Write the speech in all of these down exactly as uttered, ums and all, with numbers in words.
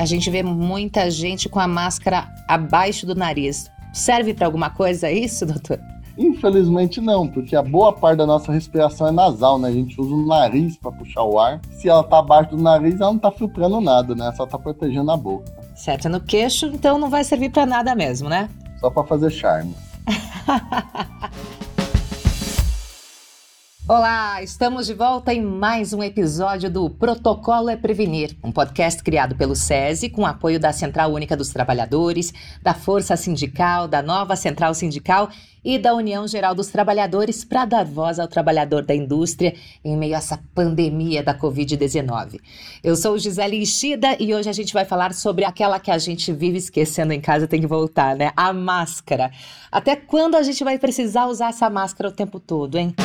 a gente vê muita gente com a máscara abaixo do nariz. Serve para alguma coisa isso, doutor? Infelizmente não, porque a boa parte da nossa respiração é nasal, né? A gente usa o nariz para puxar o ar. Se ela tá abaixo do nariz, ela não tá filtrando nada, né? Só tá protegendo a boca. Certo, no queixo, então não vai servir para nada mesmo, né? Só para fazer charme. Olá, estamos de volta em mais um episódio do Protocolo é Prevenir, um podcast criado pelo SESI com apoio da Central Única dos Trabalhadores, da Força Sindical, da Nova Central Sindical e da União Geral dos Trabalhadores para dar voz ao trabalhador da indústria em meio a essa pandemia da covid dezenove. Eu sou Gisele Ishida e hoje a gente vai falar sobre aquela que a gente vive esquecendo em casa, tem que voltar, né? A máscara. Até quando a gente vai precisar usar essa máscara o tempo todo, hein?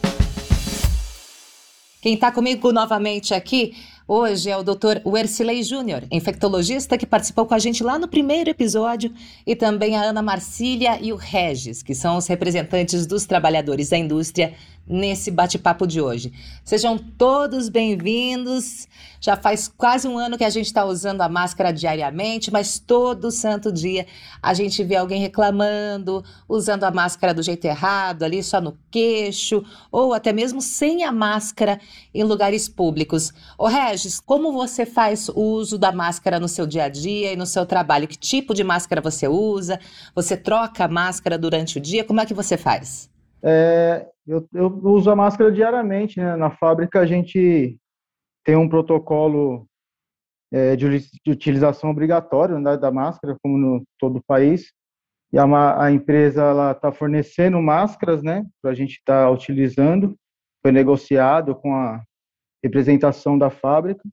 Quem está comigo novamente aqui hoje é o doutor Wercilei Júnior, infectologista que participou com a gente lá no primeiro episódio, e também a Ana Marcília e o Regis, que são os representantes dos trabalhadores da indústria nesse bate-papo de hoje. Sejam todos bem-vindos. Já faz quase um ano que a gente está usando a máscara diariamente, mas todo santo dia a gente vê alguém reclamando, usando a máscara do jeito errado, ali só no queixo, ou até mesmo sem a máscara em lugares públicos. Ô Regis, como você faz o uso da máscara no seu dia a dia e no seu trabalho? Que tipo de máscara você usa? Você troca a máscara durante o dia? Como é que você faz? É, eu, eu uso a máscara diariamente, né? Na fábrica a gente tem um protocolo é, de, de utilização obrigatória, né, da máscara, como no todo o país. E a, a empresa está fornecendo máscaras, né? Para a gente estar tá utilizando. Foi negociado com a representação da fábrica.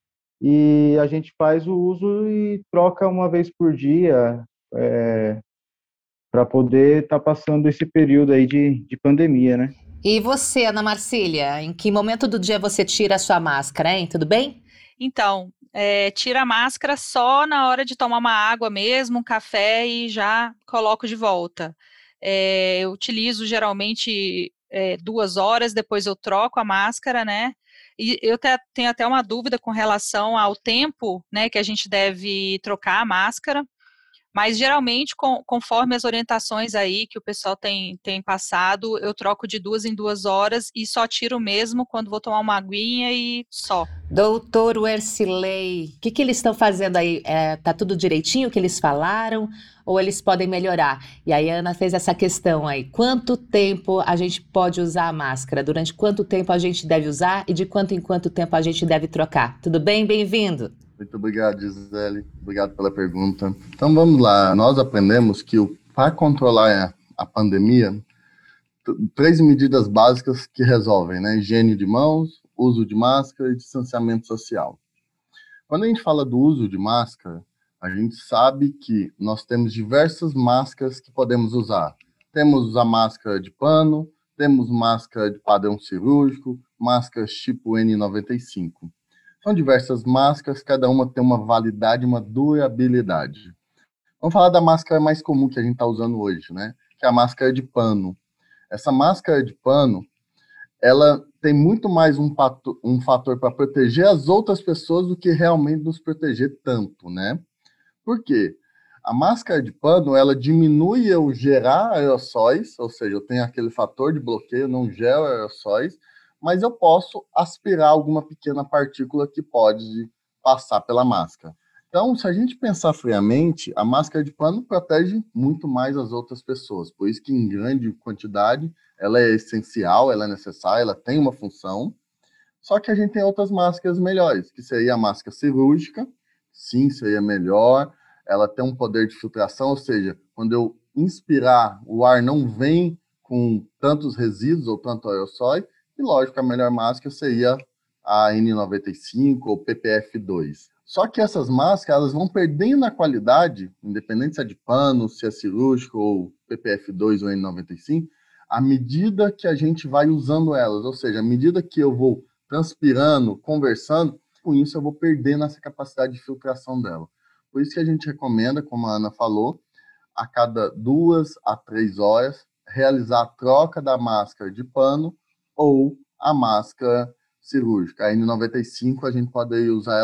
E a gente faz o uso e troca uma vez por dia, é, para poder estar tá passando esse período aí de, de pandemia, né? E você, Ana Marcília, em que momento do dia você tira a sua máscara, hein? Tudo bem? Então, é, tira a máscara só na hora de tomar uma água mesmo, um café, e já coloco de volta. É, eu utilizo geralmente é, duas horas, depois eu troco a máscara, né? E eu te, tenho até uma dúvida com relação ao tempo, né, que a gente deve trocar a máscara. Mas, geralmente, com, conforme as orientações aí que o pessoal tem, tem passado, eu troco de duas em duas horas e só tiro mesmo quando vou tomar uma aguinha e só. Doutor Wercilei, o que, que eles estão fazendo aí? É, tá tudo direitinho o que eles falaram ou eles podem melhorar? E aí a Ana fez essa questão aí. Quanto tempo a gente pode usar a máscara? Durante quanto tempo a gente deve usar e de quanto em quanto tempo a gente deve trocar? Tudo bem? Bem-vindo. Muito obrigado, Gisele. Obrigado pela pergunta. Então vamos lá. Nós aprendemos que para controlar a pandemia, t- três medidas básicas que resolvem, né? Higiene de mãos, uso de máscara e distanciamento social. Quando a gente fala do uso de máscara, a gente sabe que nós temos diversas máscaras que podemos usar. Temos a máscara de pano, temos máscara de padrão cirúrgico, máscaras tipo N noventa e cinco. São diversas máscaras, cada uma tem uma validade, uma durabilidade. Vamos falar da máscara mais comum que a gente está usando hoje, né? Que é a máscara de pano. Essa máscara de pano, ela tem muito mais um fator, um fator para proteger as outras pessoas do que realmente nos proteger tanto, né? Por quê? A máscara de pano, ela diminui eu gerar aerossóis, ou seja, eu tenho aquele fator de bloqueio, não gero aerossóis, mas eu posso aspirar alguma pequena partícula que pode passar pela máscara. Então, se a gente pensar friamente, a máscara de pano protege muito mais as outras pessoas, por isso que em grande quantidade ela é essencial, ela é necessária, ela tem uma função, só que a gente tem outras máscaras melhores, que seria a máscara cirúrgica, sim, seria melhor, ela tem um poder de filtração, ou seja, quando eu inspirar, o ar não vem com tantos resíduos ou tanto aerossóis, e lógico, a melhor máscara seria a N noventa e cinco ou P P F dois. Só que essas máscaras elas vão perdendo a qualidade, independente se é de pano, se é cirúrgico ou P P F dois ou N noventa e cinco, à medida que a gente vai usando elas, ou seja, à medida que eu vou transpirando, conversando, com isso eu vou perdendo essa capacidade de filtração dela. Por isso que a gente recomenda, como a Ana falou, a cada duas a três horas, realizar a troca da máscara de pano ou a máscara cirúrgica. A N noventa e cinco a gente pode usar ela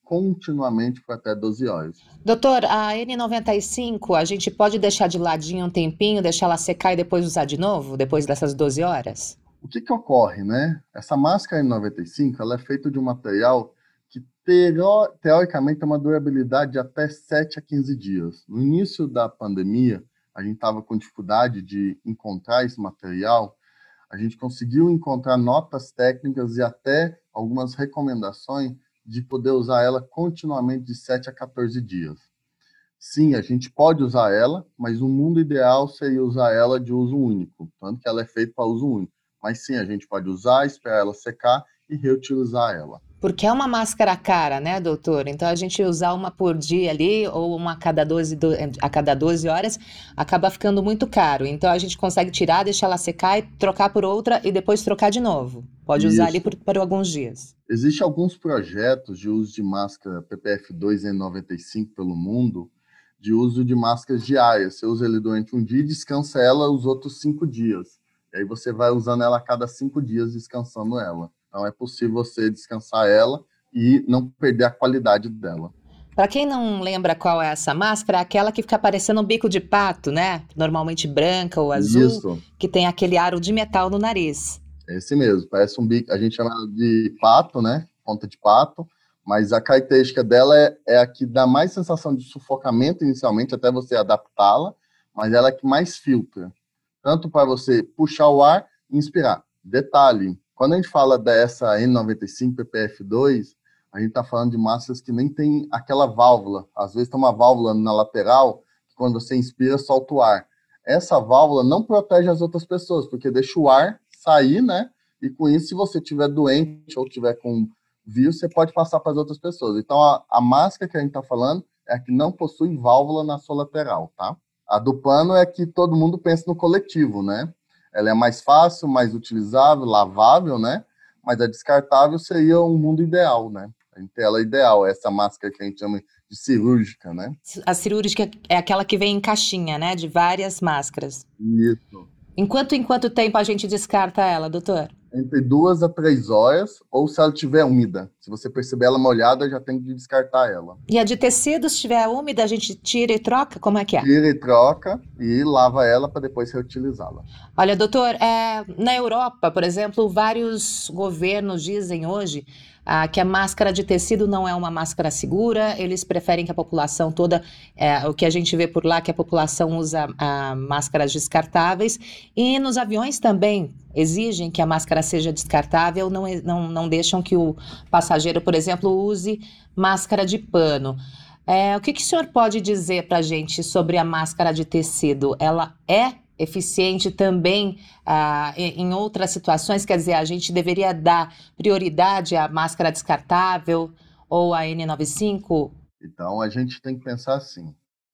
continuamente por até doze horas. Doutor, a N noventa e cinco, a gente pode deixar de ladinho um tempinho, deixar ela secar e depois usar de novo, depois dessas doze horas? O que que ocorre, né? Essa máscara N noventa e cinco, ela é feita de um material que teo- teoricamente tem uma durabilidade de até sete a quinze dias. No início da pandemia, a gente estava com dificuldade de encontrar esse material. A gente conseguiu encontrar notas técnicas e até algumas recomendações de poder usar ela continuamente de sete a quatorze dias. Sim, a gente pode usar ela, mas o mundo ideal seria usar ela de uso único, tanto que ela é feita para uso único. Mas sim, a gente pode usar, esperar ela secar e reutilizar ela. Porque é uma máscara cara, né, doutor? Então a gente usar uma por dia ali ou uma a cada doze, do- a cada doze horas acaba ficando muito caro. Então a gente consegue tirar, deixar ela secar e trocar por outra e depois trocar de novo. Pode usar ali Isso. por, por alguns dias. Existem alguns projetos de uso de máscara P P F dois N noventa e cinco pelo mundo, de uso de máscaras diárias. Você usa ele durante um dia e descansa ela os outros cinco dias. E aí você vai usando ela a cada cinco dias, descansando ela. Então é possível você descansar ela e não perder a qualidade dela. Para quem não lembra qual é essa máscara, é aquela que fica parecendo um bico de pato, né? Normalmente branca ou azul, Isso, que tem aquele aro de metal no nariz. é esse mesmo. Parece um bico, a gente chama ela de pato, né? Ponta de pato. Mas a característica dela é, é a que dá mais sensação de sufocamento inicialmente, até você adaptá-la, mas ela é a que mais filtra. Tanto para você puxar o ar e inspirar. Detalhe, quando a gente fala dessa N noventa e cinco P P F dois, a gente está falando de máscaras que nem tem aquela válvula. Às vezes tem uma válvula na lateral, que quando você inspira, solta o ar. Essa válvula não protege as outras pessoas, porque deixa o ar sair, né? E com isso, se você estiver doente ou estiver com vírus, você pode passar para as outras pessoas. Então, a, a máscara que a gente está falando é a que não possui válvula na sua lateral, tá? A do pano é que todo mundo pensa no coletivo, né? Ela é mais fácil, mais utilizável, lavável, né? Mas a descartável seria um mundo ideal, né? A gente tem ela ideal, essa máscara que a gente chama de cirúrgica, né? A cirúrgica é aquela que vem em caixinha, né? De várias máscaras. Isso. Em quanto, em quanto tempo a gente descarta ela, doutor? Entre duas a três horas, ou se ela estiver úmida. Se você perceber ela molhada, já tem que descartar ela. E a de tecido, se estiver úmida, a gente tira e troca? Como é que é? Tira e troca e lava ela para depois reutilizá-la. Olha, doutor, é, na Europa, por exemplo, vários governos dizem hoje ah, que a máscara de tecido não é uma máscara segura, eles preferem que a população toda, é, o que a gente vê por lá, que a população usa ah, máscaras descartáveis, e nos aviões também exigem que a máscara seja descartável, não, não, não deixam que o passageiro, por exemplo, use máscara de pano. É, o que, que o senhor pode dizer para a gente sobre a máscara de tecido? Ela é eficiente também ah, em, em outras situações? Quer dizer, a gente deveria dar prioridade à máscara descartável ou à N noventa e cinco? Então, a gente tem que pensar assim.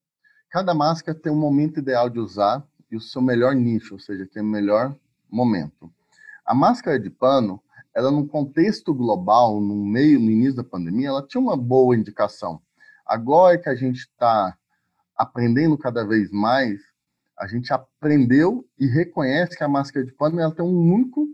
Cada máscara tem um momento ideal de usar e o seu melhor nicho, ou seja, tem o melhor momento. A máscara de pano, ela num contexto global, no meio, no início da pandemia, ela tinha uma boa indicação. Agora que a gente está aprendendo cada vez mais, a gente aprendeu e reconhece que a máscara de pano ela tem um único,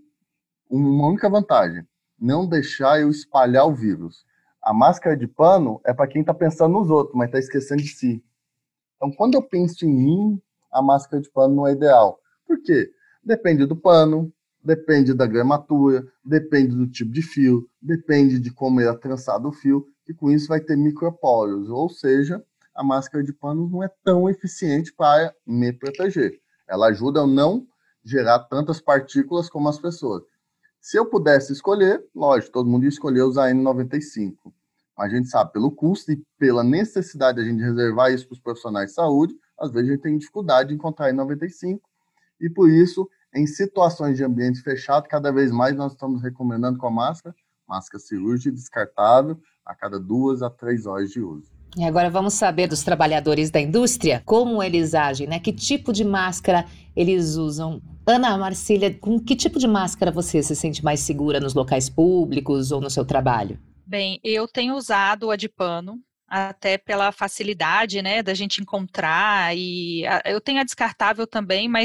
uma única vantagem: não deixar eu espalhar o vírus. A máscara de pano é para quem está pensando nos outros, mas está esquecendo de si. Então, quando eu penso em mim, a máscara de pano não é ideal. Por quê? Depende do pano, depende da gramatura, depende do tipo de fio, depende de como é trançado o fio, e com isso vai ter microporos, ou seja, a máscara de pano não é tão eficiente para me proteger. Ela ajuda a não gerar tantas partículas como as pessoas. Se eu pudesse escolher, lógico, todo mundo ia escolher usar a N noventa e cinco. Mas a gente sabe, pelo custo e pela necessidade de a gente reservar isso para os profissionais de saúde, às vezes a gente tem dificuldade de encontrar a N noventa e cinco. E por isso, em situações de ambiente fechado, cada vez mais nós estamos recomendando com a máscara, máscara cirúrgica descartável, a cada duas a três horas de uso. E agora vamos saber dos trabalhadores da indústria, como eles agem, né? Que tipo de máscara eles usam? Ana Marcília, com que tipo de máscara você se sente mais segura nos locais públicos ou no seu trabalho? Bem, eu tenho usado a de pano, até pela facilidade, né, da gente encontrar, e a, eu tenho a descartável também, mas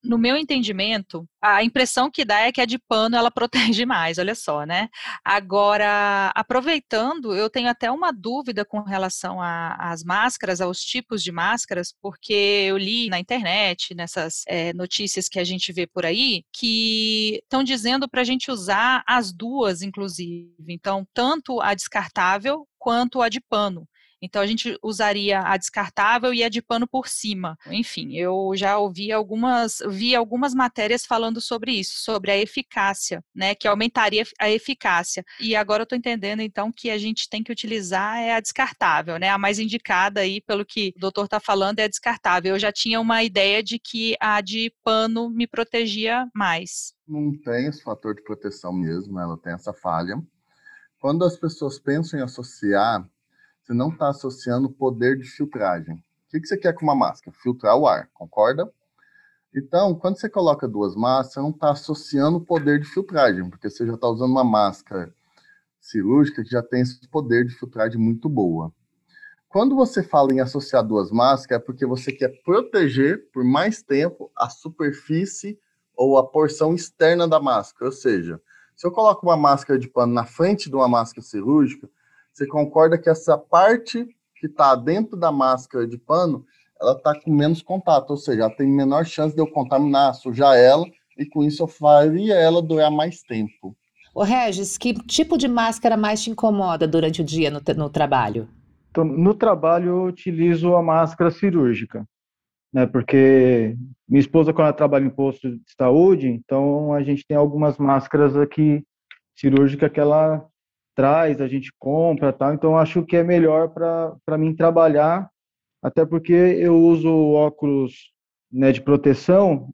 no meu entendimento, a impressão que dá é que a de pano ela protege mais, olha só, né? Agora, aproveitando, eu tenho até uma dúvida com relação às máscaras, aos tipos de máscaras, porque eu li na internet, nessas é, notícias que a gente vê por aí, que estão dizendo para a gente usar as duas, inclusive. Então, tanto a descartável quanto a de pano. Então, a gente usaria a descartável e a de pano por cima. Enfim, eu já ouvi algumas, vi algumas matérias falando sobre isso, sobre a eficácia, né, que aumentaria a eficácia. E agora eu estou entendendo, então, que a gente tem que utilizar é a descartável, né, a mais indicada aí, pelo que o doutor está falando, é a descartável. Eu já tinha uma ideia de que a de pano me protegia mais. Não tem esse fator de proteção mesmo, ela tem essa falha. Quando as pessoas pensam em associar, você não está associando o poder de filtragem. O que, que você quer com uma máscara? Filtrar o ar, concorda? Então, quando você coloca duas máscaras, você não está associando o poder de filtragem, porque você já está usando uma máscara cirúrgica que já tem esse poder de filtragem muito boa. Quando você fala em associar duas máscaras, é porque você quer proteger por mais tempo a superfície ou a porção externa da máscara. Ou seja, se eu coloco uma máscara de pano na frente de uma máscara cirúrgica, você concorda que essa parte que está dentro da máscara de pano, ela está com menos contato, ou seja, ela tem menor chance de eu contaminar, sujar ela, e com isso eu faria ela durar mais tempo. Ô Regis, que tipo de máscara mais te incomoda durante o dia no, no trabalho? Então, no trabalho eu utilizo a máscara cirúrgica, né? Porque minha esposa, quando ela trabalha em posto de saúde, então a gente tem algumas máscaras aqui cirúrgicas que ela traz, a gente compra, tal. Então acho que é melhor para mim trabalhar, até porque eu uso óculos, né, de proteção.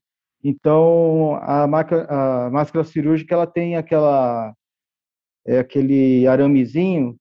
Então a, maca, a máscara cirúrgica ela tem aquela é, aquele aramezinho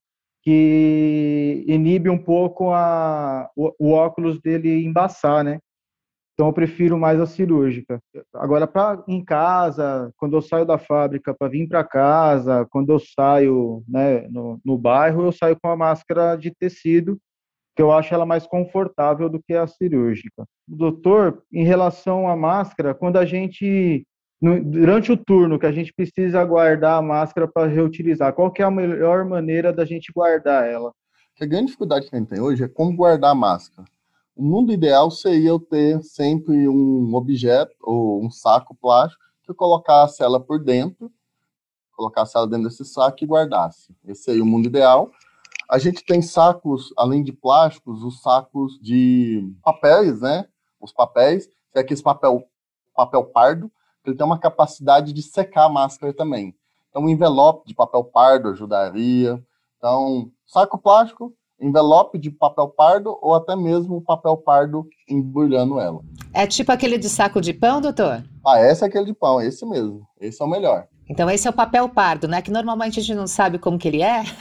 que inibe um pouco a, o, o óculos dele embaçar, né? Então eu prefiro mais a cirúrgica. Agora, para em casa, quando eu saio da fábrica para vir para casa, quando eu saio, né, no, no bairro, eu saio com a máscara de tecido, que eu acho ela mais confortável do que a cirúrgica. Doutor, em relação à máscara, quando a gente, no, durante o turno, que a gente precisa guardar a máscara para reutilizar, qual que é a melhor maneira da gente guardar ela? A grande dificuldade que a gente tem hoje é como guardar a máscara. O mundo ideal seria eu ter sempre um objeto ou um saco plástico que eu colocasse ela por dentro, colocasse ela dentro desse saco e guardasse. Esse seria o mundo ideal. A gente tem sacos, além de plásticos, os sacos de papéis, né? Os papéis, que é aquele papel, papel pardo, que ele tem uma capacidade de secar a máscara também. Então, um envelope de papel pardo ajudaria. Então, saco plástico, envelope de papel pardo ou até mesmo papel pardo embrulhando ela. É tipo aquele de saco de pão, doutor? Ah, esse é aquele de pão, esse mesmo. Esse é o melhor. Então esse é o papel pardo, né? Que normalmente a gente não sabe como que ele é.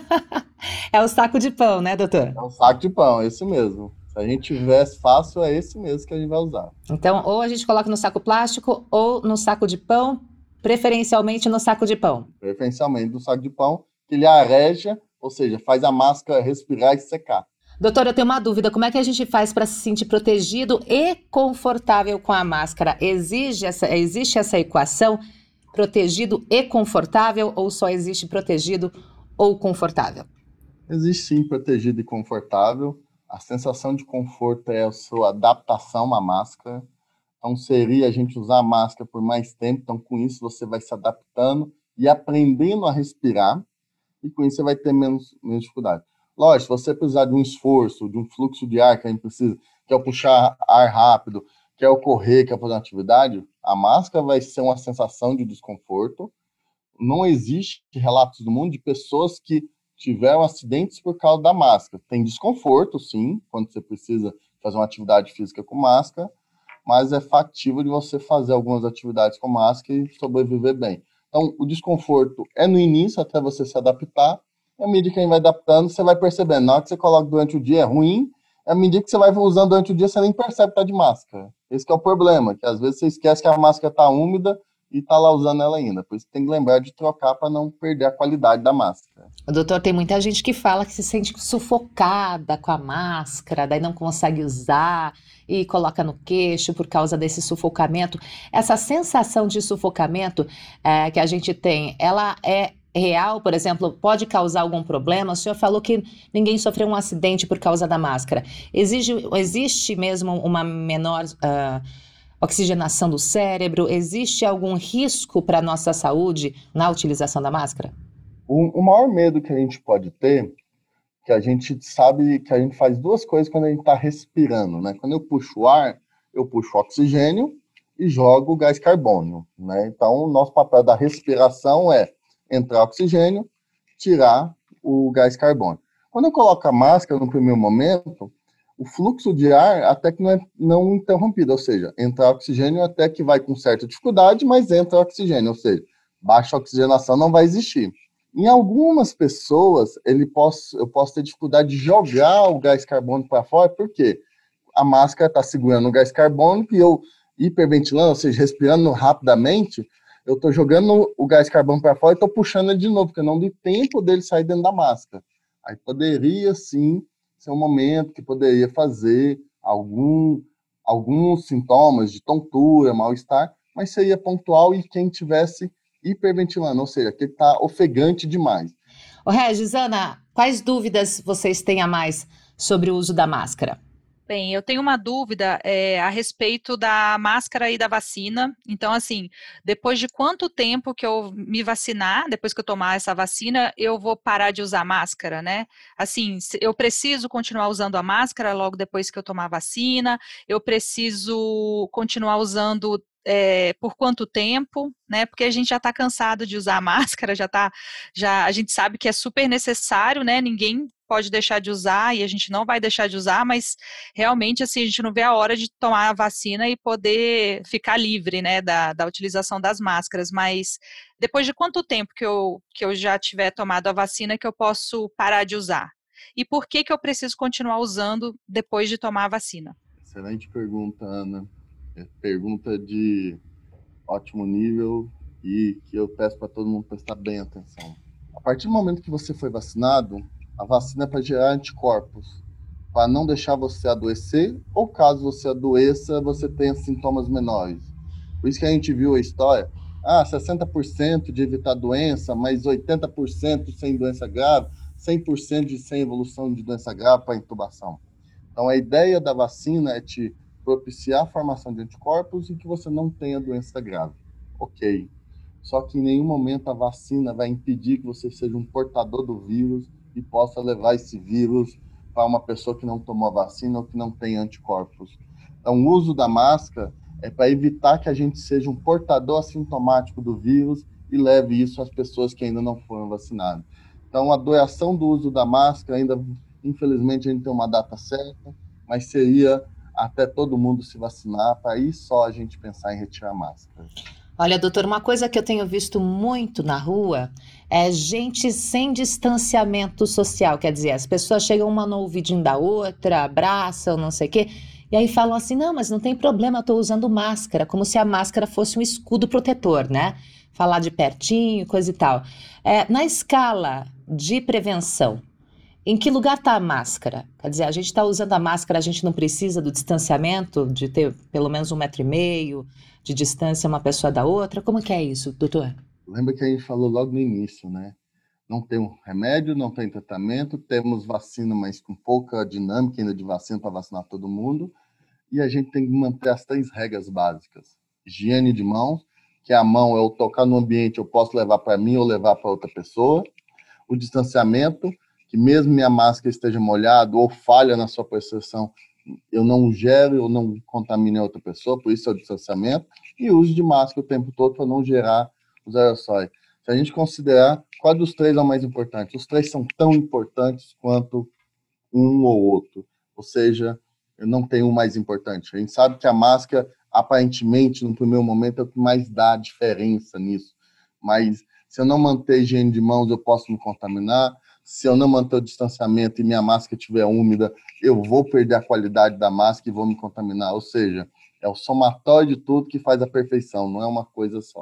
É o saco de pão, né, doutor? É um saco de pão, esse mesmo. Se a gente tivesse fácil, é esse mesmo que a gente vai usar. Então, ou a gente coloca no saco plástico ou no saco de pão, preferencialmente no saco de pão. Preferencialmente no saco de pão, que ele areja, ou seja, faz a máscara respirar e secar. Doutor, eu tenho uma dúvida. Como é que a gente faz para se sentir protegido e confortável com a máscara? Exige essa, existe essa equação? Protegido e confortável ou só existe protegido ou confortável? Existe sim protegido e confortável. A sensação de conforto é a sua adaptação à máscara. Então seria a gente usar a máscara por mais tempo. Então com isso você vai se adaptando e aprendendo a respirar. E com isso você vai ter menos, menos dificuldade. Lógico, se você precisar de um esforço, de um fluxo de ar que a gente precisa, que é o puxar ar rápido, que é o correr, que é fazer uma atividade, a máscara vai ser uma sensação de desconforto. Não existe relatos no mundo de pessoas que tiveram acidentes por causa da máscara. Tem desconforto, sim, quando você precisa fazer uma atividade física com máscara, mas é factível de você fazer algumas atividades com máscara e sobreviver bem. Então, o desconforto é no início, até você se adaptar, e à medida que a gente vai adaptando, você vai percebendo. Na hora que você coloca durante o dia é ruim, à medida que você vai usando durante o dia, você nem percebe que está de máscara. Esse que é o problema, que às vezes você esquece que a máscara está úmida e está lá usando ela ainda. Por isso tem que lembrar de trocar para não perder a qualidade da máscara. O doutor, tem muita gente que fala que se sente sufocada com a máscara, daí não consegue usar e coloca no queixo por causa desse sufocamento. Essa sensação de sufocamento é, que a gente tem, ela é real, por exemplo, pode causar algum problema? O senhor falou que ninguém sofreu um acidente por causa da máscara. Exige, existe mesmo uma menor uh, oxigenação do cérebro? Existe algum risco para a nossa saúde na utilização da máscara? O, o maior medo que a gente pode ter, que a gente sabe que a gente faz duas coisas quando a gente está respirando, né? Quando eu puxo o ar, eu puxo o oxigênio e jogo o gás carbônico, né? Então, o nosso papel da respiração é entrar oxigênio, tirar o gás carbônico. Quando eu coloco a máscara no primeiro momento, o fluxo de ar até que não é não interrompido, ou seja, entra oxigênio até que vai com certa dificuldade, mas entra oxigênio, ou seja, baixa oxigenação não vai existir. Em algumas pessoas, ele posso, eu posso ter dificuldade de jogar o gás carbônico para fora, porque a máscara está segurando o gás carbônico e eu hiperventilando, ou seja, respirando rapidamente, eu estou jogando o gás carbônico para fora e estou puxando ele de novo, porque não deu tempo dele sair dentro da máscara. Aí poderia, sim, ser um momento que poderia fazer algum, alguns sintomas de tontura, mal-estar, mas seria pontual e quem tivesse hiperventilando, ou seja, que está ofegante demais. Ô Regis, Ana, quais dúvidas vocês têm a mais sobre o uso da máscara? Bem, eu tenho uma dúvida é, a respeito da máscara e da vacina. Então, assim, depois de quanto tempo que eu me vacinar, depois que eu tomar essa vacina, eu vou parar de usar máscara, né? Assim, eu preciso continuar usando a máscara logo depois que eu tomar a vacina, eu preciso continuar usando É, por quanto tempo, né? Porque a gente já está cansado de usar a máscara, já tá, já a gente sabe que é super necessário, né? Ninguém pode deixar de usar e a gente não vai deixar de usar, mas realmente assim a gente não vê a hora de tomar a vacina e poder ficar livre, né, da, da utilização das máscaras. Mas depois de quanto tempo que eu, que eu já tiver tomado a vacina que eu posso parar de usar? E por que que eu preciso continuar usando depois de tomar a vacina? Excelente pergunta, Ana. Pergunta de ótimo nível e que eu peço para todo mundo prestar bem atenção. A partir do momento que você foi vacinado, a vacina é para gerar anticorpos, para não deixar você adoecer, ou caso você adoeça, você tenha sintomas menores. Por isso que a gente viu a história, ah, sessenta por cento de evitar doença, mas oitenta por cento sem doença grave, cem por cento de sem evolução de doença grave para intubação. Então, a ideia da vacina é te propiciar a formação de anticorpos e que você não tenha doença grave. Ok. Só que em nenhum momento a vacina vai impedir que você seja um portador do vírus e possa levar esse vírus para uma pessoa que não tomou a vacina ou que não tem anticorpos. Então, o uso da máscara é para evitar que a gente seja um portador assintomático do vírus e leve isso às pessoas que ainda não foram vacinadas. Então, a duração do uso da máscara ainda, infelizmente, a gente tem uma data certa, mas seria até todo mundo se vacinar, para aí só a gente pensar em retirar a máscara. Olha, doutor, uma coisa que eu tenho visto muito na rua é gente sem distanciamento social, quer dizer, as pessoas chegam uma no ouvidinho da outra, abraçam, não sei o quê, e aí falam assim, não, mas não tem problema, eu estou usando máscara, como se a máscara fosse um escudo protetor, né? Falar de pertinho, coisa e tal. É, na escala de prevenção, em que lugar está a máscara? Quer dizer, a gente está usando a máscara, a gente não precisa do distanciamento, de ter pelo menos um metro e meio de distância uma pessoa da outra? Como que é isso, doutor? Lembra que a gente falou logo no início, né? Não tem um remédio, não tem tratamento, temos vacina, mas com pouca dinâmica ainda de vacina para vacinar todo mundo, e a gente tem que manter as três regras básicas. Higiene de mãos, que a mão, eu tocar no ambiente, eu posso levar para mim ou levar para outra pessoa. O distanciamento, que mesmo minha máscara esteja molhada ou falha na sua percepção, eu não gero, eu não contamine a outra pessoa, por isso é o distanciamento, e o uso de máscara o tempo todo para não gerar os aerossóis. Se a gente considerar qual dos três é o mais importante, os três são tão importantes quanto um ou outro, ou seja, eu não tenho um mais importante. A gente sabe que a máscara, aparentemente, no primeiro momento, é o que mais dá diferença nisso, mas se eu não manter higiene de mãos, eu posso me contaminar. Se eu não manter o distanciamento e minha máscara estiver úmida, eu vou perder a qualidade da máscara e vou me contaminar. Ou seja, é o somatório de tudo que faz a perfeição, não é uma coisa só.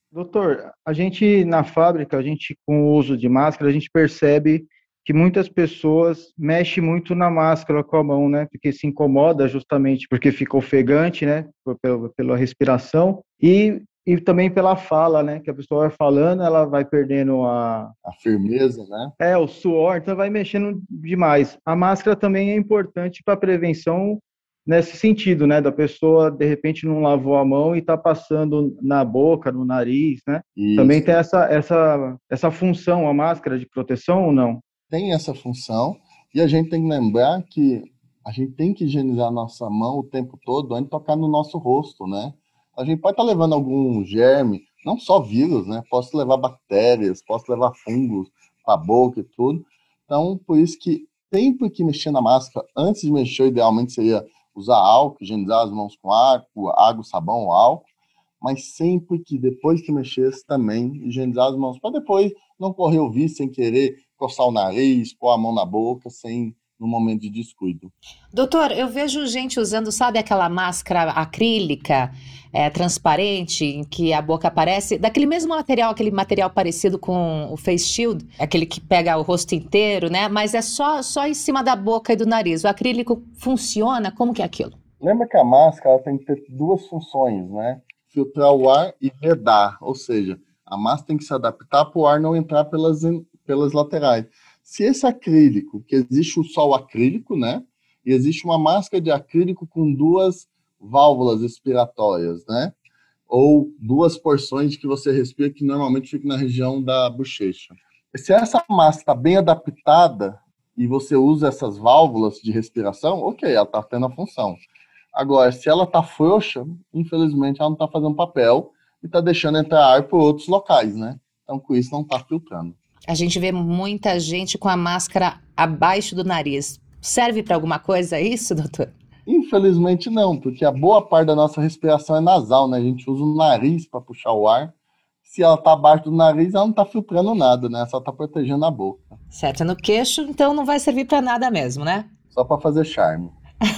Doutor, a gente na fábrica, a gente com o uso de máscara, a gente percebe que muitas pessoas mexem muito na máscara com a mão, né? Porque se incomoda justamente porque fica ofegante, né? Pela, pela respiração e, e também pela fala, né? Que a pessoa vai falando, ela vai perdendo a, A firmeza, né? é, o suor, então vai mexendo demais. A máscara também é importante para prevenção nesse sentido, né? Da pessoa, de repente, não lavou a mão e está passando na boca, no nariz, né? Também tem Isso. essa, essa, essa função, a máscara de proteção ou não? Tem essa função, e a gente tem que lembrar que a gente tem que higienizar a nossa mão o tempo todo antes de tocar no nosso rosto, né? A gente pode estar levando algum germe, não só vírus, né? Posso levar bactérias, posso levar fungos para a boca e tudo. Então, por isso que sempre que mexer na máscara, antes de mexer, idealmente seria usar álcool, higienizar as mãos com água, água, sabão ou álcool, mas sempre que depois que mexesse também higienizar as mãos, para depois não correr o risco sem querer coçar o nariz, pôr a mão na boca, sem no momento de descuido. Doutor, eu vejo gente usando, sabe, aquela máscara acrílica, é, transparente, em que a boca aparece, daquele mesmo material, aquele material parecido com o face shield, aquele que pega o rosto inteiro, né? Mas é só, só em cima da boca e do nariz. O acrílico funciona? Como que é aquilo? Lembra que a máscara ela tem que ter duas funções, né? Filtrar o ar e vedar, ou seja, a máscara tem que se adaptar para o ar não entrar pelas, pelas laterais. Se esse acrílico, que existe só o acrílico, né? E existe uma máscara de acrílico com duas válvulas expiratórias, né? Ou duas porções que você respira, que normalmente fica na região da bochecha. Se essa máscara está bem adaptada e você usa essas válvulas de respiração, ok, ela está tendo a função. Agora, se ela está frouxa, infelizmente ela não está fazendo papel e está deixando entrar ar por outros locais, né? Então, com isso, não está filtrando. A gente vê muita gente com a máscara abaixo do nariz. Serve para alguma coisa isso, doutor? Infelizmente não, porque a boa parte da nossa respiração é nasal, né? A gente usa o nariz para puxar o ar. Se ela está abaixo do nariz, ela não está filtrando nada, né? Só está protegendo a boca. Certo, no queixo, então não vai servir para nada mesmo, né? Só para fazer charme.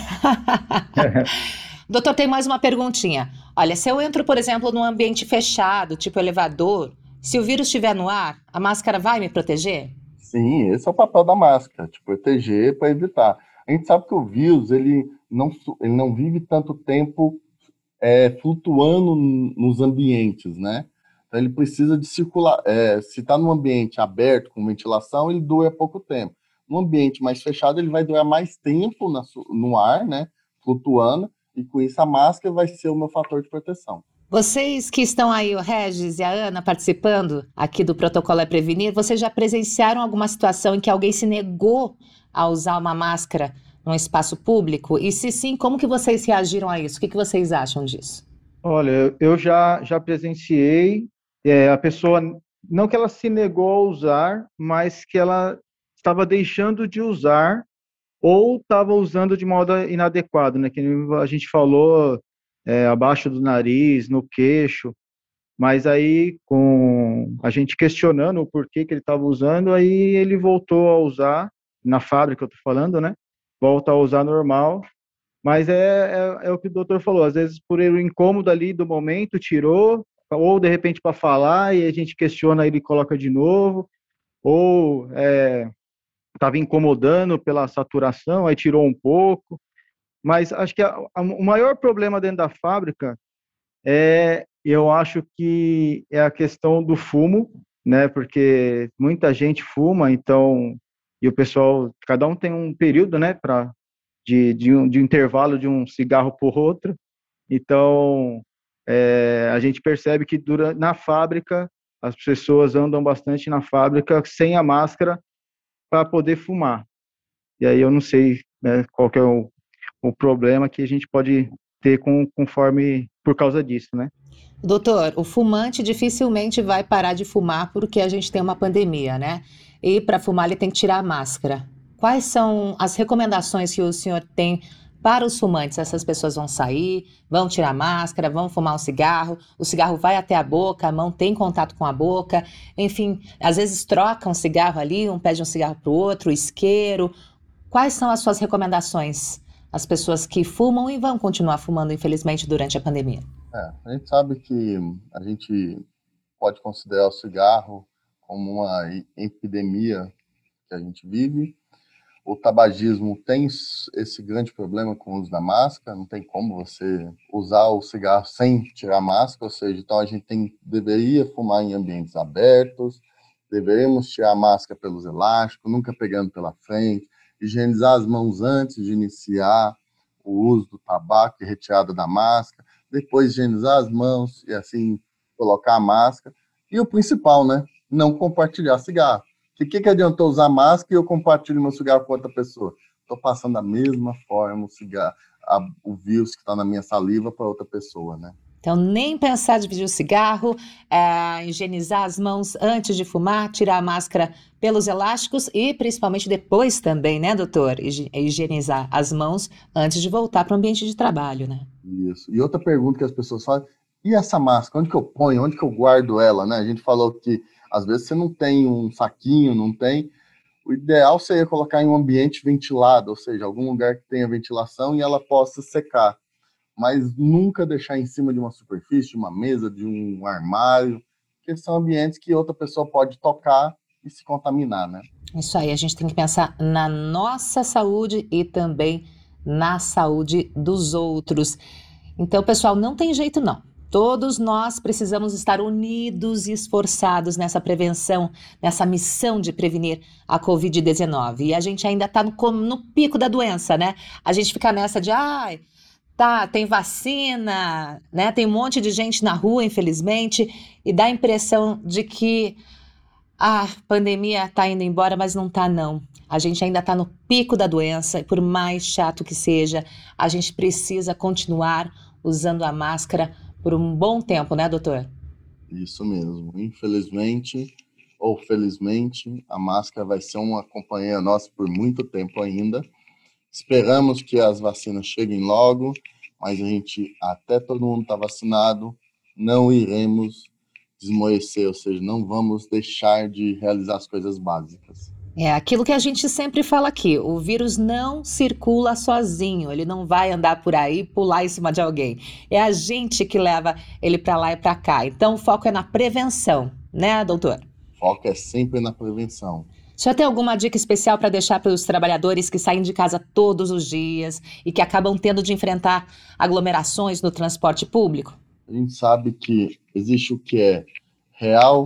Doutor, tem mais uma perguntinha. Olha, se eu entro, por exemplo, num ambiente fechado, tipo elevador, se o vírus estiver no ar, a máscara vai me proteger? Sim, esse é o papel da máscara, te proteger para evitar. A gente sabe que o vírus ele não, ele não vive tanto tempo é, flutuando nos ambientes, né? Então ele precisa de circular. É, se está num ambiente aberto, com ventilação, ele dura pouco tempo. Num ambiente mais fechado, ele vai durar mais tempo na, no ar, né? Flutuando, e com isso a máscara vai ser o meu fator de proteção. Vocês que estão aí, o Regis e a Ana, participando aqui do Protocolo é Prevenir, vocês já presenciaram alguma situação em que alguém se negou a usar uma máscara num espaço público? E se sim, como que vocês reagiram a isso? O que que vocês acham disso? Olha, eu já, já presenciei, é, a pessoa, não que ela se negou a usar, mas que ela estava deixando de usar ou estava usando de modo inadequado, né? Que a gente falou, é, abaixo do nariz, no queixo, mas aí com a gente questionando o porquê que ele estava usando, aí ele voltou a usar, na fábrica eu tô falando, né? Volta a usar normal, mas é, é, é o que o doutor falou, às vezes por o incômodo ali do momento, tirou, ou de repente para falar, e a gente questiona, ele coloca de novo, ou é, estava incomodando pela saturação, aí tirou um pouco. Mas acho que a, a, o maior problema dentro da fábrica é, eu acho que é a questão do fumo, né? Porque muita gente fuma, então, e o pessoal, cada um tem um período, né? Para de, de, um, de um intervalo de um cigarro por outro. Então, é, a gente percebe que durante, na fábrica as pessoas andam bastante na fábrica sem a máscara para poder fumar. E aí eu não sei, né, qual que é o, o problema que a gente pode ter com, conforme por causa disso, né? Doutor, o fumante dificilmente vai parar de fumar porque a gente tem uma pandemia, né? E para fumar ele tem que tirar a máscara. Quais são as recomendações que o senhor tem para os fumantes? Essas pessoas vão sair, vão tirar a máscara, vão fumar um cigarro, o cigarro vai até a boca, a mão tem contato com a boca, enfim, às vezes trocam um cigarro ali, um pede um cigarro para o outro, isqueiro. Quais são as suas recomendações às pessoas que fumam e vão continuar fumando, infelizmente, durante a pandemia? É, a gente sabe que a gente pode considerar o cigarro como uma epidemia que a gente vive. O tabagismo tem esse grande problema com o uso da máscara, não tem como você usar o cigarro sem tirar a máscara, ou seja, então a gente tem, deveria fumar em ambientes abertos, deveríamos tirar a máscara pelos elásticos, nunca pegando pela frente, higienizar as mãos antes de iniciar o uso do tabaco e retirada da máscara, depois higienizar as mãos e assim colocar a máscara. E o principal, né? Não compartilhar cigarro. O que, que adiantou usar máscara e eu compartilho meu cigarro com outra pessoa? Estou passando da mesma forma o cigarro, a, o vírus que está na minha saliva para outra pessoa, né? Então, nem pensar de dividir o cigarro, é, higienizar as mãos antes de fumar, tirar a máscara pelos elásticos e, principalmente, depois também, né, doutor? Higienizar as mãos antes de voltar para o ambiente de trabalho, né? Isso. E outra pergunta que as pessoas fazem, e essa máscara, onde que eu ponho, onde que eu guardo ela, né? A gente falou que, às vezes, você não tem um saquinho, não tem... O ideal seria colocar em um ambiente ventilado, ou seja, algum lugar que tenha ventilação e ela possa secar. Mas nunca deixar em cima de uma superfície, de uma mesa, de um armário, porque são ambientes que outra pessoa pode tocar e se contaminar, né? Isso aí, a gente tem que pensar na nossa saúde e também na saúde dos outros. Então, pessoal, não tem jeito não. Todos nós precisamos estar unidos e esforçados nessa prevenção, nessa missão de prevenir a covid dezenove. E a gente ainda está no, no pico da doença, né? A gente fica nessa de, ai, tá, tem vacina, né? Tem um monte de gente na rua, infelizmente, e dá a impressão de que a pandemia está indo embora, mas não está não. A gente ainda está no pico da doença e por mais chato que seja, a gente precisa continuar usando a máscara por um bom tempo, né, doutor? Isso mesmo. Infelizmente ou felizmente, a máscara vai ser uma companheira nossa por muito tempo ainda. Esperamos que as vacinas cheguem logo, mas a gente, até todo mundo estar vacinado, não iremos desmoecer, ou seja, não vamos deixar de realizar as coisas básicas. É aquilo que a gente sempre fala aqui, o vírus não circula sozinho, ele não vai andar por aí, pular em cima de alguém. É a gente que leva ele para lá e para cá. Então o foco é na prevenção, né, doutor? O foco é sempre na prevenção. O senhor tem alguma dica especial para deixar para os trabalhadores que saem de casa todos os dias e que acabam tendo de enfrentar aglomerações no transporte público? A gente sabe que existe o que é real,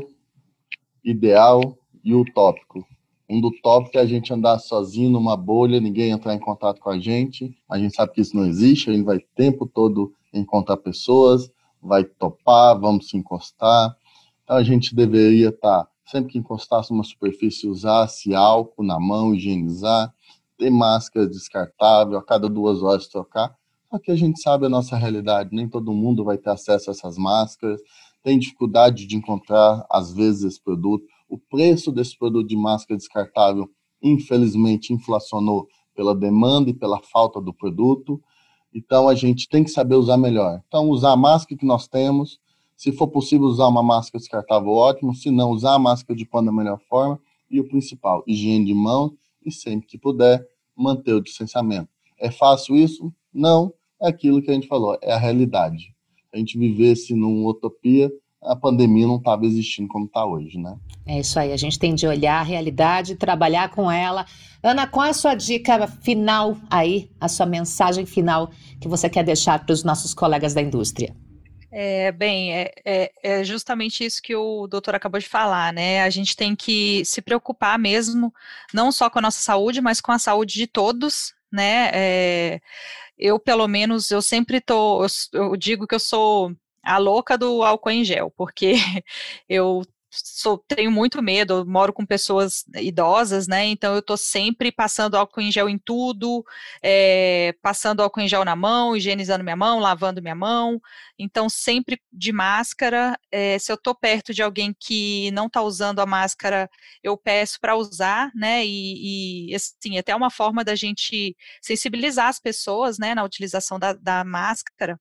ideal e utópico. Um do tópico é a gente andar sozinho numa bolha, ninguém entrar em contato com a gente. A gente sabe que isso não existe, a gente vai o tempo todo encontrar pessoas, vai topar, vamos se encostar. Então a gente deveria estar, sempre que encostasse numa superfície, usasse álcool na mão, higienizar, ter máscara descartável, a cada duas horas trocar. Só que a gente sabe a nossa realidade, nem todo mundo vai ter acesso a essas máscaras, tem dificuldade de encontrar, às vezes, esse produto. O preço desse produto de máscara descartável, infelizmente, inflacionou pela demanda e pela falta do produto. Então, a gente tem que saber usar melhor. Então, usar a máscara que nós temos. Se for possível usar uma máscara descartável, ótimo. Se não, usar a máscara de pano da melhor forma. E o principal, higiene de mãos e, sempre que puder, manter o distanciamento. É fácil isso? Não. É aquilo que a gente falou, é a realidade. Se a gente vivesse numa utopia, a pandemia não estava existindo como está hoje, né? É isso aí, a gente tem de olhar a realidade e trabalhar com ela. Ana, qual é a sua dica final aí, a sua mensagem final que você quer deixar para os nossos colegas da indústria? É, bem, é, é, é justamente isso que o doutor acabou de falar, né? A gente tem que se preocupar mesmo, não só com a nossa saúde, mas com a saúde de todos, né? É, eu, pelo menos, eu sempre tô, eu, eu digo que eu sou a louca do álcool em gel, porque eu sou, tenho muito medo, eu moro com pessoas idosas, né, então eu tô sempre passando álcool em gel em tudo, é, passando álcool em gel na mão, higienizando minha mão, lavando minha mão, então sempre de máscara, é, se eu tô perto de alguém que não tá usando a máscara, eu peço para usar, né, e, e assim, até uma forma da gente sensibilizar as pessoas, né, na utilização da, da máscara,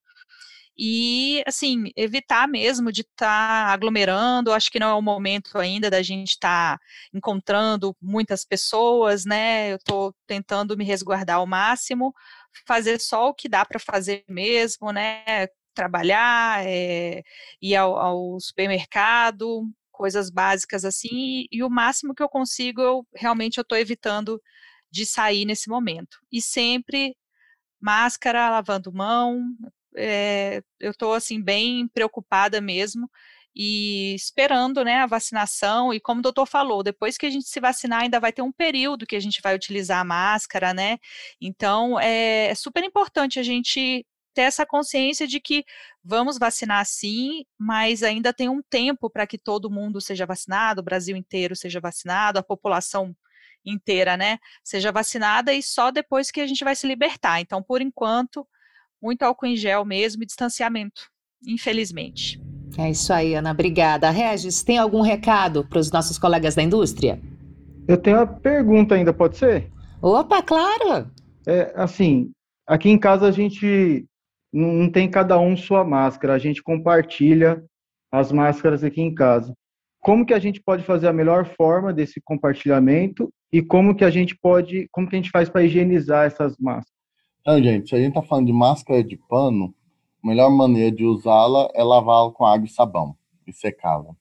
e, assim, evitar mesmo de estar tá aglomerando, acho que não é o momento ainda da gente estar tá encontrando muitas pessoas, né, eu estou tentando me resguardar ao máximo, fazer só o que dá para fazer mesmo, né, trabalhar, é, ir ao, ao supermercado, coisas básicas assim, e, e o máximo que eu consigo, eu realmente eu estou evitando de sair nesse momento. E sempre máscara, lavando mão, é, eu estou assim bem preocupada mesmo, e esperando, né, a vacinação, e como o doutor falou, depois que a gente se vacinar, ainda vai ter um período que a gente vai utilizar a máscara, né, então é, é super importante a gente ter essa consciência de que vamos vacinar sim, mas ainda tem um tempo para que todo mundo seja vacinado, o Brasil inteiro seja vacinado, a população inteira, né, seja vacinada, e só depois que a gente vai se libertar. Então, por enquanto, muito álcool em gel mesmo e distanciamento, infelizmente. É isso aí, Ana, obrigada. Regis, tem algum recado para os nossos colegas da indústria? Eu tenho uma pergunta ainda, pode ser? Opa, claro! É, assim, aqui em casa a gente não não tem cada um sua máscara, a gente compartilha as máscaras aqui em casa. Como que a gente pode fazer a melhor forma desse compartilhamento e como que a gente pode, como que a gente faz para higienizar essas máscaras? Então, gente, se a gente está falando de máscara de pano, a melhor maneira de usá-la é lavá-la com água e sabão e secá-la.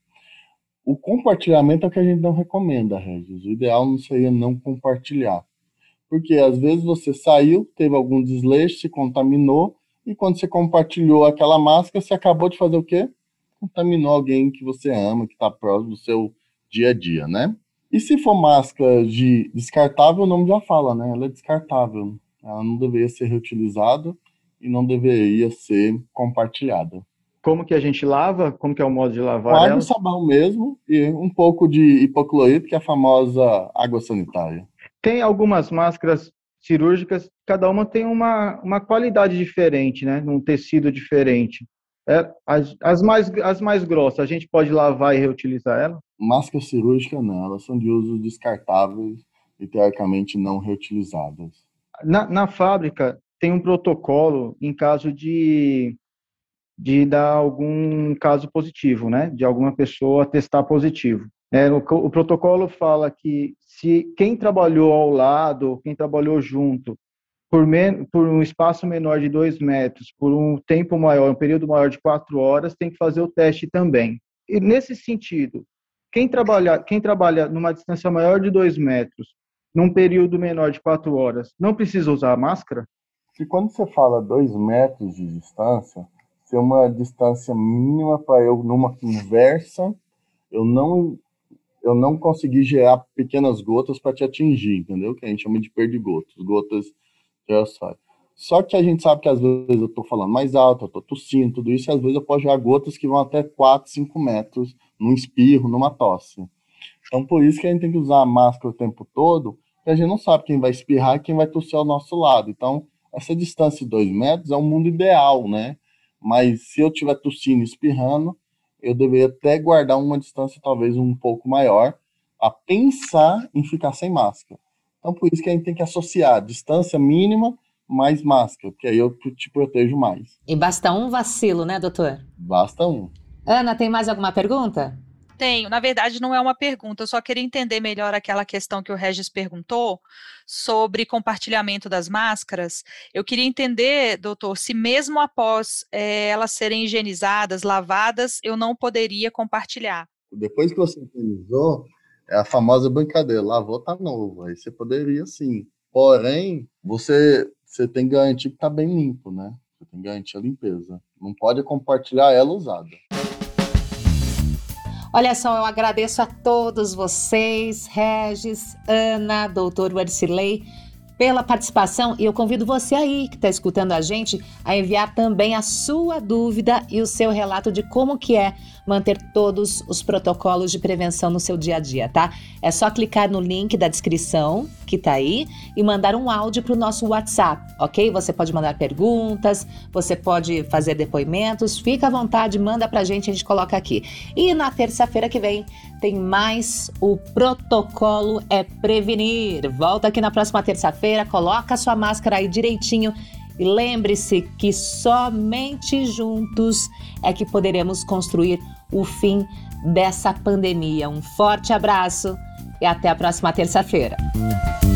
O compartilhamento é o que a gente não recomenda, Regis. O ideal não seria não compartilhar. Porque às vezes você saiu, teve algum desleixo, se contaminou, e quando você compartilhou aquela máscara, você acabou de fazer o quê? Contaminou alguém que você ama, que está próximo do seu dia a dia, né? E se for máscara de descartável, o nome já fala, né? Ela é descartável. Ela não deveria ser reutilizada e não deveria ser compartilhada. Como que a gente lava? Como que é o modo de Com lavar água ela? e sabão mesmo, e um pouco de hipoclorito, que é a famosa água sanitária. Tem algumas máscaras cirúrgicas, cada uma tem uma, uma qualidade diferente, né? Um tecido diferente. É, as, as, mais, as mais grossas, a gente pode lavar e reutilizar ela? Máscara cirúrgica não, elas são de uso descartáveis e teoricamente não reutilizadas. Na, na fábrica tem um protocolo em caso de, de dar algum caso positivo, né? De alguma pessoa testar positivo. É, o, o protocolo fala que se quem trabalhou ao lado, quem trabalhou junto, por, men, por um espaço menor de dois metros, por um tempo maior, um período maior de quatro horas, tem que fazer o teste também. E nesse sentido, quem trabalha, quem trabalha numa distância maior de dois metros, num período menor de quatro horas, não precisa usar máscara? E quando você fala dois metros de distância, se é uma distância mínima para eu, numa conversa, eu não... eu não consegui gerar pequenas gotas para te atingir, entendeu? Que a gente chama de perdigotos, gotas de aerossol. Só que a gente sabe que às vezes eu estou falando mais alto, eu estou tossindo, tudo isso, e às vezes eu posso gerar gotas que vão até quatro, cinco metros, num espirro, numa tosse. Então, por isso que a gente tem que usar a máscara o tempo todo, porque a gente não sabe quem vai espirrar e quem vai tossir ao nosso lado. Então, essa distância de dois metros é um mundo ideal, né? Mas se eu estiver tossindo e espirrando, eu deveria até guardar uma distância talvez um pouco maior a pensar em ficar sem máscara. Então, por isso que a gente tem que associar distância mínima mais máscara, porque aí eu te protejo mais. E basta um vacilo, né, doutor? Basta um. Ana, tem mais alguma pergunta? Tenho. Na verdade, não é uma pergunta, eu só queria entender melhor aquela questão que o Regis perguntou sobre compartilhamento das máscaras. Eu queria entender, doutor, se mesmo após é, elas serem higienizadas, lavadas, eu não poderia compartilhar. Depois que você higienizou, é a famosa brincadeira, lavou, tá novo. Aí você poderia sim. Porém, você, você tem que garantir que tá bem limpo, né? Você tem que garantir a limpeza. Não pode compartilhar ela usada. Olha só, eu agradeço a todos vocês, Regis, Ana, doutor Wersiley, pela participação, e eu convido você aí que está escutando a gente a enviar também a sua dúvida e o seu relato de como que é manter todos os protocolos de prevenção no seu dia a dia, tá? É só clicar no link da descrição que tá aí e mandar um áudio para o nosso WhatsApp, ok? Você pode mandar perguntas, você pode fazer depoimentos, fica à vontade, manda pra gente, a gente coloca aqui. E na terça-feira que vem tem mais o Protocolo é Prevenir. Volta aqui na próxima terça-feira, coloca a sua máscara aí direitinho e lembre-se que somente juntos é que poderemos construir o fim dessa pandemia. Um forte abraço e até a próxima terça-feira.